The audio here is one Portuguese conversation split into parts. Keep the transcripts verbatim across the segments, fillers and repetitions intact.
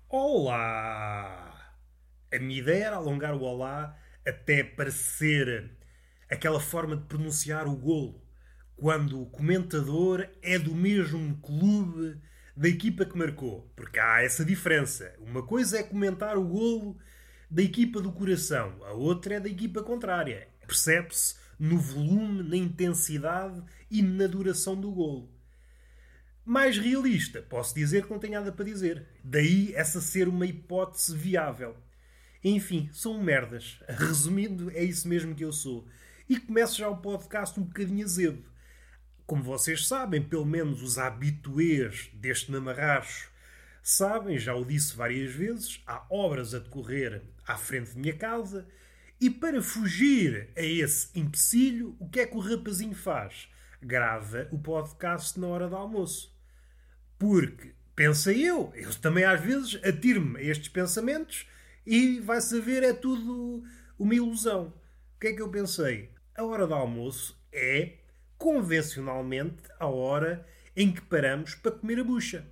Olá! A minha ideia era alongar o olá até parecer aquela forma de pronunciar o golo, quando o comentador é do mesmo clube da equipa que marcou. Porque há essa diferença. Uma coisa é comentar o golo da equipa do coração, a outra é da equipa contrária. Percebe-se no volume, na intensidade e na duração do golo. Mais realista, posso dizer que não tenho nada para dizer. Daí essa ser uma hipótese viável. Enfim, são merdas. Resumindo, é isso mesmo que eu sou. E começo já o podcast um bocadinho azedo. Como vocês sabem, pelo menos os habituês deste mamarracho sabem, já o disse várias vezes, há obras a decorrer à frente de minha casa e para fugir a esse empecilho, o que é que o rapazinho faz? Grava o podcast na hora do almoço. Porque, pensei eu, eu também às vezes atiro-me a estes pensamentos e vai saber, é tudo uma ilusão. O que é que eu pensei? A hora do almoço é, convencionalmente, a hora em que paramos para comer a bucha.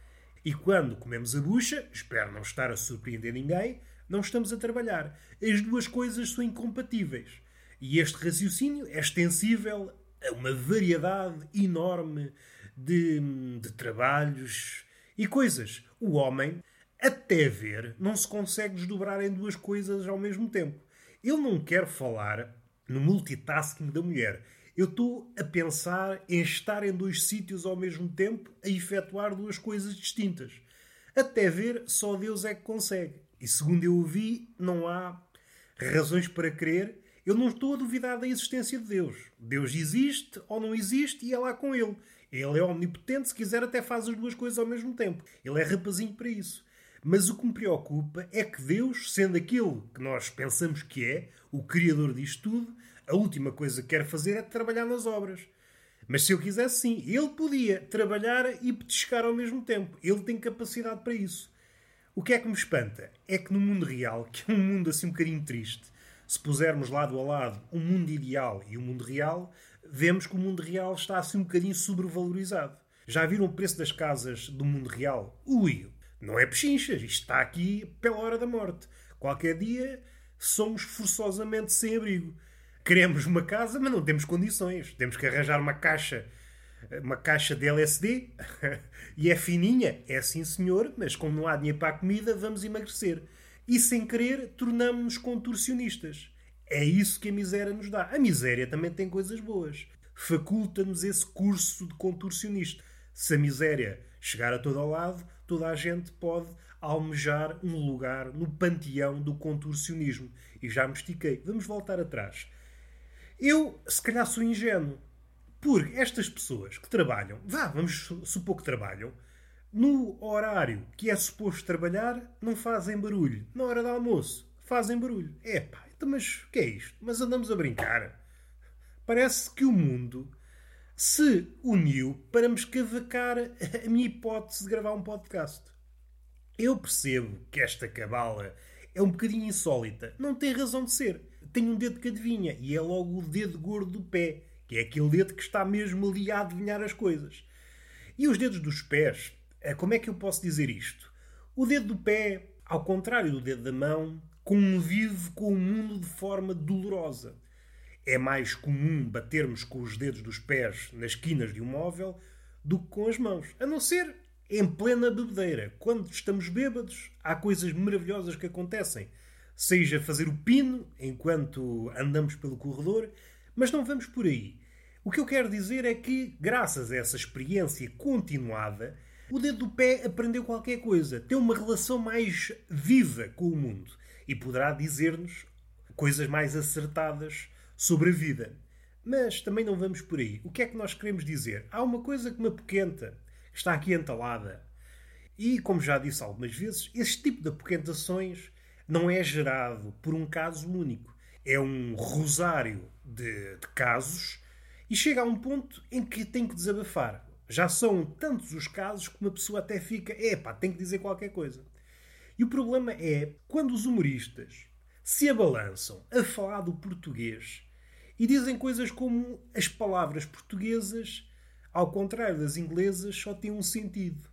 E quando comemos a bucha, espero não estar a surpreender ninguém, não estamos a trabalhar. As duas coisas são incompatíveis. E este raciocínio é extensível a uma variedade enorme de, de trabalhos e coisas. O homem, até ver, não se consegue desdobrar em duas coisas ao mesmo tempo. Eu não quero falar no multitasking da mulher. Eu estou a pensar em estar em dois sítios ao mesmo tempo a efetuar duas coisas distintas. Até ver, só Deus é que consegue. E segundo eu ouvi, não há razões para crer. Eu não estou a duvidar da existência de Deus. Deus existe ou não existe e é lá com ele. Ele é omnipotente, se quiser até faz as duas coisas ao mesmo tempo. Ele é rapazinho para isso. Mas o que me preocupa é que Deus, sendo aquilo que nós pensamos que é, o Criador disto tudo, a última coisa que quer fazer é trabalhar nas obras. Mas se eu quisesse, sim, ele podia trabalhar e petiscar ao mesmo tempo. Ele tem capacidade para isso. O que é que me espanta é que no mundo real, que é um mundo assim um bocadinho triste, se pusermos lado a lado o mundo ideal e o mundo real, vemos que o mundo real está assim um bocadinho sobrevalorizado. Já viram o preço das casas do mundo real? Ui, não é pechinchas, isto está aqui pela hora da morte. Qualquer dia somos forçosamente sem abrigo. Queremos uma casa, mas não temos condições. Temos que arranjar uma caixa, uma caixa de L S D e é fininha, é sim senhor, mas como não há dinheiro para a comida, vamos emagrecer. E sem querer, tornamos-nos contorcionistas. É isso que a miséria nos dá. A miséria também tem coisas boas. Faculta-nos esse curso de contorcionista. Se a miséria chegar a todo ao lado, toda a gente pode almejar um lugar no panteão do contorcionismo. E já me estiquei. Vamos voltar atrás. Eu, se calhar, sou ingênuo. Porque estas pessoas que trabalham, vá, vamos supor que trabalham, no horário que é suposto trabalhar, não fazem barulho. Na hora do almoço, fazem barulho. Epá, então, mas o que é isto? Mas andamos a brincar. Parece que o mundo se uniu para me escavacar a minha hipótese de gravar um podcast. Eu percebo que esta cabala é um bocadinho insólita. Não tem razão de ser. Tem um dedo que adivinha. E é logo o dedo gordo do pé. Que é aquele dedo que está mesmo ali a adivinhar as coisas. E os dedos dos pés, como é que eu posso dizer isto? O dedo do pé, ao contrário do dedo da mão, convive com o mundo de forma dolorosa. É mais comum batermos com os dedos dos pés nas quinas de um móvel do que com as mãos. A não ser em plena bebedeira. Quando estamos bêbados, há coisas maravilhosas que acontecem. Seja fazer o pino enquanto andamos pelo corredor, mas não vamos por aí. O que eu quero dizer é que, graças a essa experiência continuada, o dedo do pé aprendeu qualquer coisa. Tem uma relação mais viva com o mundo. E poderá dizer-nos coisas mais acertadas sobre a vida. Mas também não vamos por aí. O que é que nós queremos dizer? Há uma coisa que me apoquenta, está aqui entalada. E, como já disse algumas vezes, este tipo de apoquentações não é gerado por um caso único. É um rosário de, de casos e chega a um ponto em que tem que desabafar. Já são tantos os casos que uma pessoa até fica, epá, tem que dizer qualquer coisa. E o problema é quando os humoristas se abalançam a falar do português e dizem coisas como as palavras portuguesas, ao contrário das inglesas, só têm um sentido.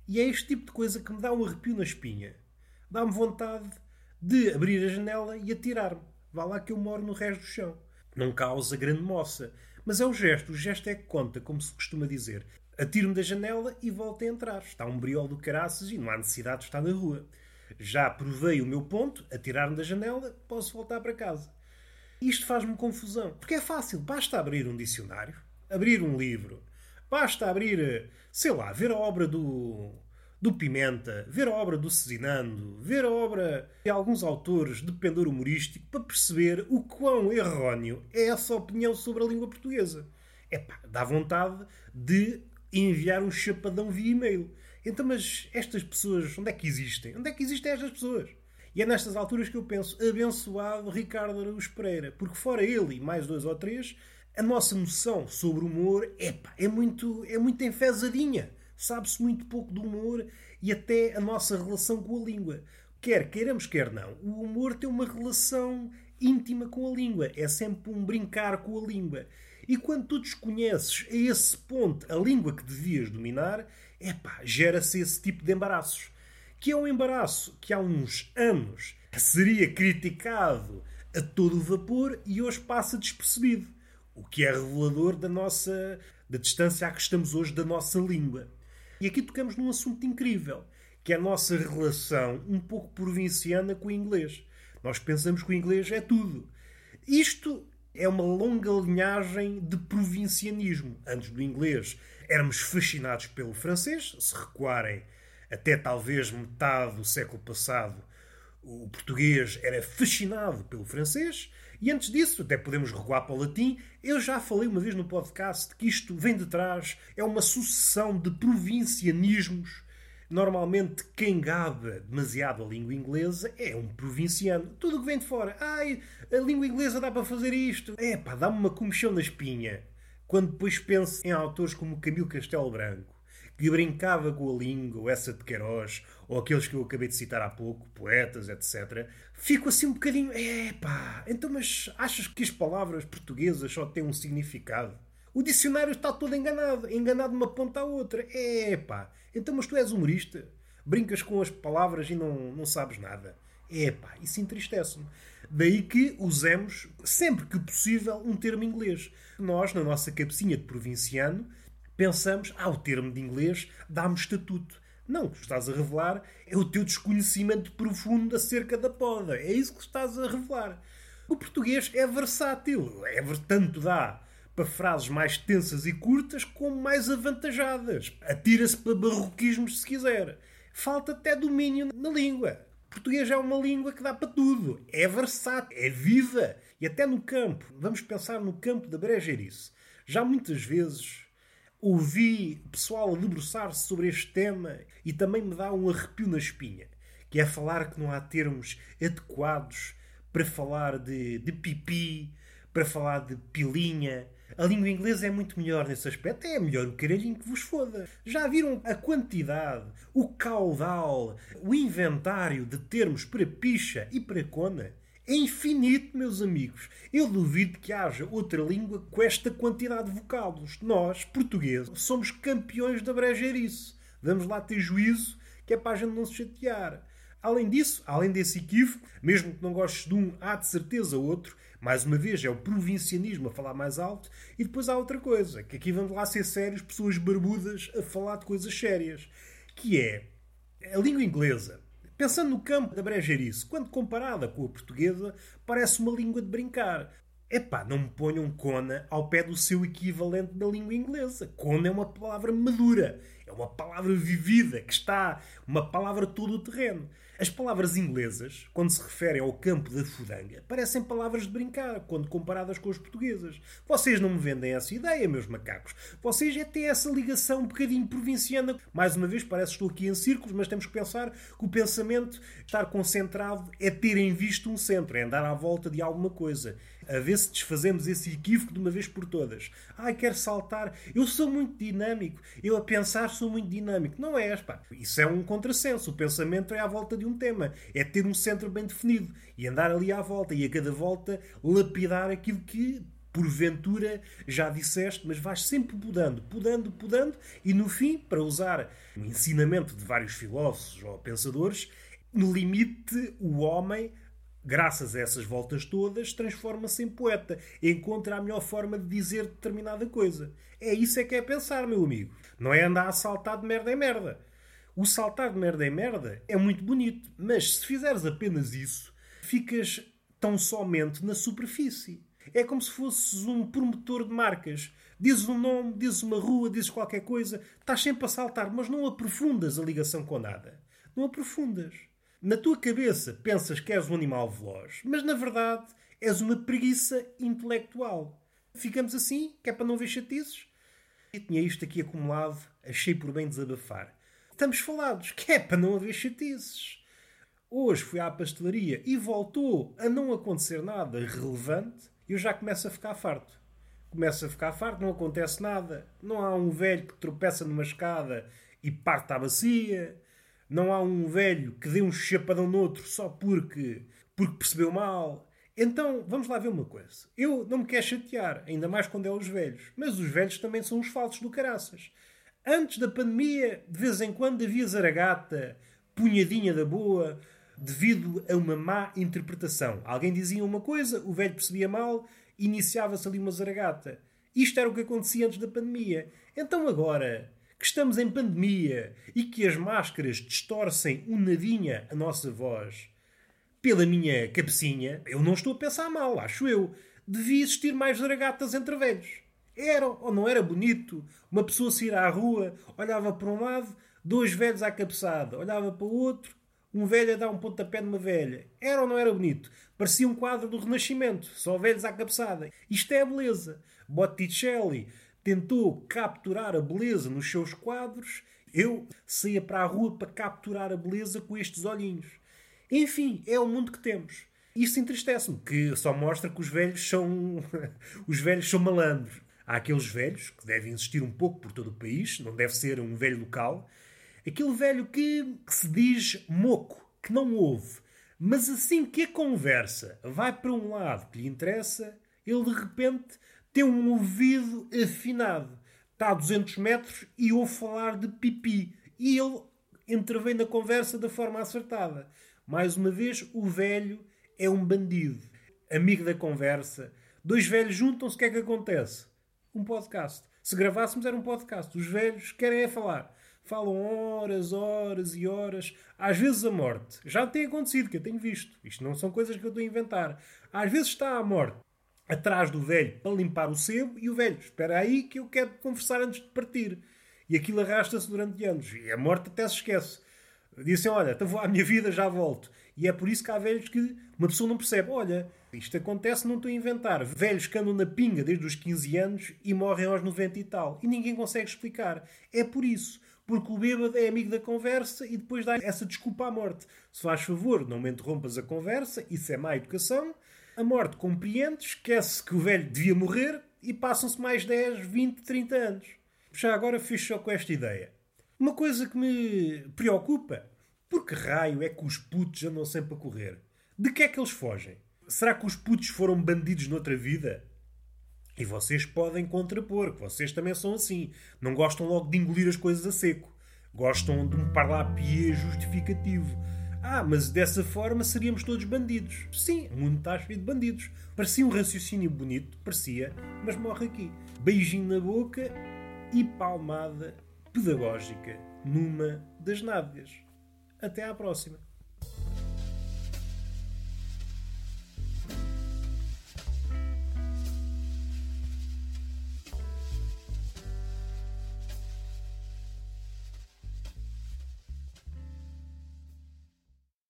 E é este tipo de coisa que me dá um arrepio na espinha. Dá-me vontade de abrir a janela e atirar-me. Vá lá que eu moro no resto do chão. Não causa grande moça. Mas é o gesto. O gesto é que conta, como se costuma dizer. Atiro-me da janela e volto a entrar. Está um briol do caraças e não há necessidade de estar na rua. Já provei o meu ponto, atirar-me da janela, posso voltar para casa. Isto faz-me confusão. Porque é fácil. Basta abrir um dicionário, abrir um livro. Basta abrir, sei lá, ver a obra do, do Pimenta, ver a obra do Cezinando, ver a obra de alguns autores de pendor humorístico para perceber o quão erróneo é essa opinião sobre a língua portuguesa. Epá, dá vontade de enviar um chapadão via e-mail. Então, mas estas pessoas, onde é que existem? Onde é que existem estas pessoas? E é nestas alturas que eu penso, abençoado Ricardo Araújo Pereira, porque fora ele e mais dois ou três, a nossa noção sobre humor epá, é muito, é muito enfesadinha. Sabe-se muito pouco do humor e até a nossa relação com a língua. Quer queiramos, quer não, o humor tem uma relação íntima com a língua. É sempre um brincar com a língua. E quando tu desconheces a esse ponto a língua que devias dominar, epá, gera-se esse tipo de embaraços. Que é um embaraço que há uns anos seria criticado a todo o vapor e hoje passa despercebido. O que é revelador da nossa da distância a que estamos hoje da nossa língua. E aqui tocamos num assunto incrível, que é a nossa relação um pouco provinciana com o inglês. Nós pensamos que o inglês é tudo. Isto é uma longa linhagem de provincianismo. Antes do inglês éramos fascinados pelo francês, se recuarem até talvez metade do século passado, o português era fascinado pelo francês, e antes disso, até podemos recuar para o latim. Eu já falei uma vez no podcast que isto vem de trás, é uma sucessão de provincianismos. Normalmente, quem gaba demasiado a língua inglesa é um provinciano. Tudo o que vem de fora. Ai, a língua inglesa dá para fazer isto. É pá, dá-me uma comichão na espinha. Quando depois penso em autores como Camilo Castelo Branco, que brincava com a língua, ou essa de Queiroz, ou aqueles que eu acabei de citar há pouco, poetas, etcétera, fico assim um bocadinho... Epá, então mas achas que as palavras portuguesas só têm um significado? O dicionário está todo enganado, enganado de uma ponta à outra. Epá, então mas tu és humorista? Brincas com as palavras e não, não sabes nada? Epá, isso entristece-me. Daí que usemos, sempre que possível, um termo inglês. Nós, na nossa cabecinha de provinciano, pensamos, ah, o termo de inglês dá-me estatuto. Não, o que estás a revelar é o teu desconhecimento profundo acerca da poda. É isso que estás a revelar. O português é versátil. É, tanto dá para frases mais tensas e curtas como mais avantajadas. Atira-se para barroquismos se quiser. Falta até domínio na língua. O português é uma língua que dá para tudo. É versátil, é viva. E até no campo. Vamos pensar no campo da brejeirice. Já muitas vezes ouvi o pessoal a debruçar-se sobre este tema e também me dá um arrepio na espinha, que é falar que não há termos adequados para falar de, de pipi, para falar de pilinha. A língua inglesa é muito melhor nesse aspecto. É melhor o caralhinho que vos foda. Já viram a quantidade, o caudal, o inventário de termos para picha e para cona? É infinito, meus amigos. Eu duvido que haja outra língua com esta quantidade de vocábulos. Nós, portugueses, somos campeões da brejeirice. Vamos lá ter juízo, que é para a gente não se chatear. Além disso, além desse equívoco, mesmo que não gostes de um, há de certeza outro. Mais uma vez, é o provincianismo a falar mais alto. E depois há outra coisa, que aqui vamos lá ser sérios, pessoas barbudas a falar de coisas sérias. Que é a língua inglesa. Pensando no campo da brejeirice, quando comparada com a portuguesa, parece uma língua de brincar. Epá, não me ponham cona ao pé do seu equivalente da língua inglesa. Cona é uma palavra madura. É uma palavra vivida, que está uma palavra todo o terreno. As palavras inglesas, quando se referem ao campo da fudanga, parecem palavras de brincar, quando comparadas com as portuguesas. Vocês não me vendem essa ideia, meus macacos. Vocês é têm essa ligação um bocadinho provinciana. Mais uma vez, parece que estou aqui em círculos, mas temos que pensar que o pensamento, estar concentrado, é ter em vista um centro, é andar à volta de alguma coisa. A ver se desfazemos esse equívoco de uma vez por todas. Ai, quero saltar. Eu sou muito dinâmico. Eu a pensar sou muito dinâmico. Não és, pá. Isso é um contrassenso. O pensamento é à volta de um tema. É ter um centro bem definido. E andar ali à volta. E a cada volta lapidar aquilo que Porventura, já disseste, mas vais sempre podando, podando, podando, e no fim, para usar o ensinamento de vários filósofos ou pensadores, no limite, o homem, graças a essas voltas todas, transforma-se em poeta. Encontra a melhor forma de dizer determinada coisa. É isso é que é pensar, meu amigo. Não é andar a saltar de merda em merda. O saltar de merda em merda é muito bonito, mas se fizeres apenas isso, ficas tão somente na superfície. É como se fosses um promotor de marcas. Dizes um nome, dizes uma rua, dizes qualquer coisa, estás sempre a saltar, mas não aprofundas a ligação com nada. Não aprofundas. Na tua cabeça pensas que és um animal veloz, mas na verdade és uma preguiça intelectual. Ficamos assim, que é para não ver chatices? Eu tinha isto aqui acumulado, achei por bem desabafar. Estamos falados, que é para não haver chatices. Hoje fui à pastelaria e voltou a não acontecer nada relevante, eu já começo a ficar farto. Começo a ficar farto, não acontece nada. Não há um velho que tropeça numa escada e parte à bacia. Não há um velho que dê um chapadão no outro só porque, porque percebeu mal. Então, vamos lá ver uma coisa. Eu não me quero chatear, ainda mais quando é os velhos. Mas os velhos também são os falsos do caraças. Antes da pandemia, de vez em quando havia zaragata, punhadinha da boa, devido a uma má interpretação. Alguém dizia uma coisa, o velho percebia mal, iniciava-se ali uma zaragata. Isto era o que acontecia antes da pandemia. Então agora, que estamos em pandemia e que as máscaras distorcem um nadinha a nossa voz pela minha cabecinha, eu não estou a pensar mal, acho eu. Devia existir mais zaragatas entre velhos. Era ou não era bonito? Uma pessoa sair à rua, olhava para um lado, dois velhos à cabeçada, olhava para o outro, um velho a dar um pontapé numa velha. Era ou não era bonito? Parecia um quadro do Renascimento, só velhos à cabeçada. Isto é a beleza. Botticelli tentou capturar a beleza nos seus quadros. Eu saía para a rua para capturar a beleza com estes olhinhos. Enfim, é o mundo que temos. Isso entristece-me, que só mostra que os velhos são os velhos são malandros. Há aqueles velhos, que devem existir um pouco por todo o país, não deve ser um velho local, aquele velho que, que se diz moco, que não ouve. Mas assim que a conversa vai para um lado que lhe interessa, ele de repente tem um ouvido afinado. Está a duzentos metros e ouve falar de pipi. E ele intervém na conversa da forma acertada. Mais uma vez, o velho é um bandido. Amigo da conversa. Dois velhos juntam-se, o que é que acontece? Um podcast. Se gravássemos era um podcast. Os velhos querem é falar. Falam horas, horas e horas. Às vezes a morte. Já tem acontecido, que eu tenho visto. Isto não são coisas que eu estou a inventar. Às vezes está a morte atrás do velho para limpar o sebo e o velho, espera aí que eu quero conversar antes de partir. E aquilo arrasta-se durante anos. E a morte até se esquece. Dizem, olha, então vou à minha vida, já volto. E é por isso que há velhos que uma pessoa não percebe. Olha, isto acontece, não estou a inventar. Velhos que andam na pinga desde os quinze anos e morrem aos noventa e tal. E ninguém consegue explicar. É por isso. Porque o bêbado é amigo da conversa e depois dá essa desculpa à morte. Se faz favor, não me interrompas a conversa, isso é má educação. A morte compreende, esquece que o velho devia morrer e passam-se mais dez, vinte, trinta anos. Já agora fiz só com esta ideia. Uma coisa que me preocupa, por que raio é que os putos andam sempre a correr? De que é que eles fogem? Será que os putos foram bandidos noutra vida? E vocês podem contrapor, que vocês também são assim. Não gostam logo de engolir as coisas a seco. Gostam de um parlapié justificativo. Ah, mas dessa forma seríamos todos bandidos. Sim, o mundo está cheio de bandidos. Parecia um raciocínio bonito, parecia, mas morre aqui. Beijinho na boca e palmada pedagógica numa das nádegas. Até à próxima.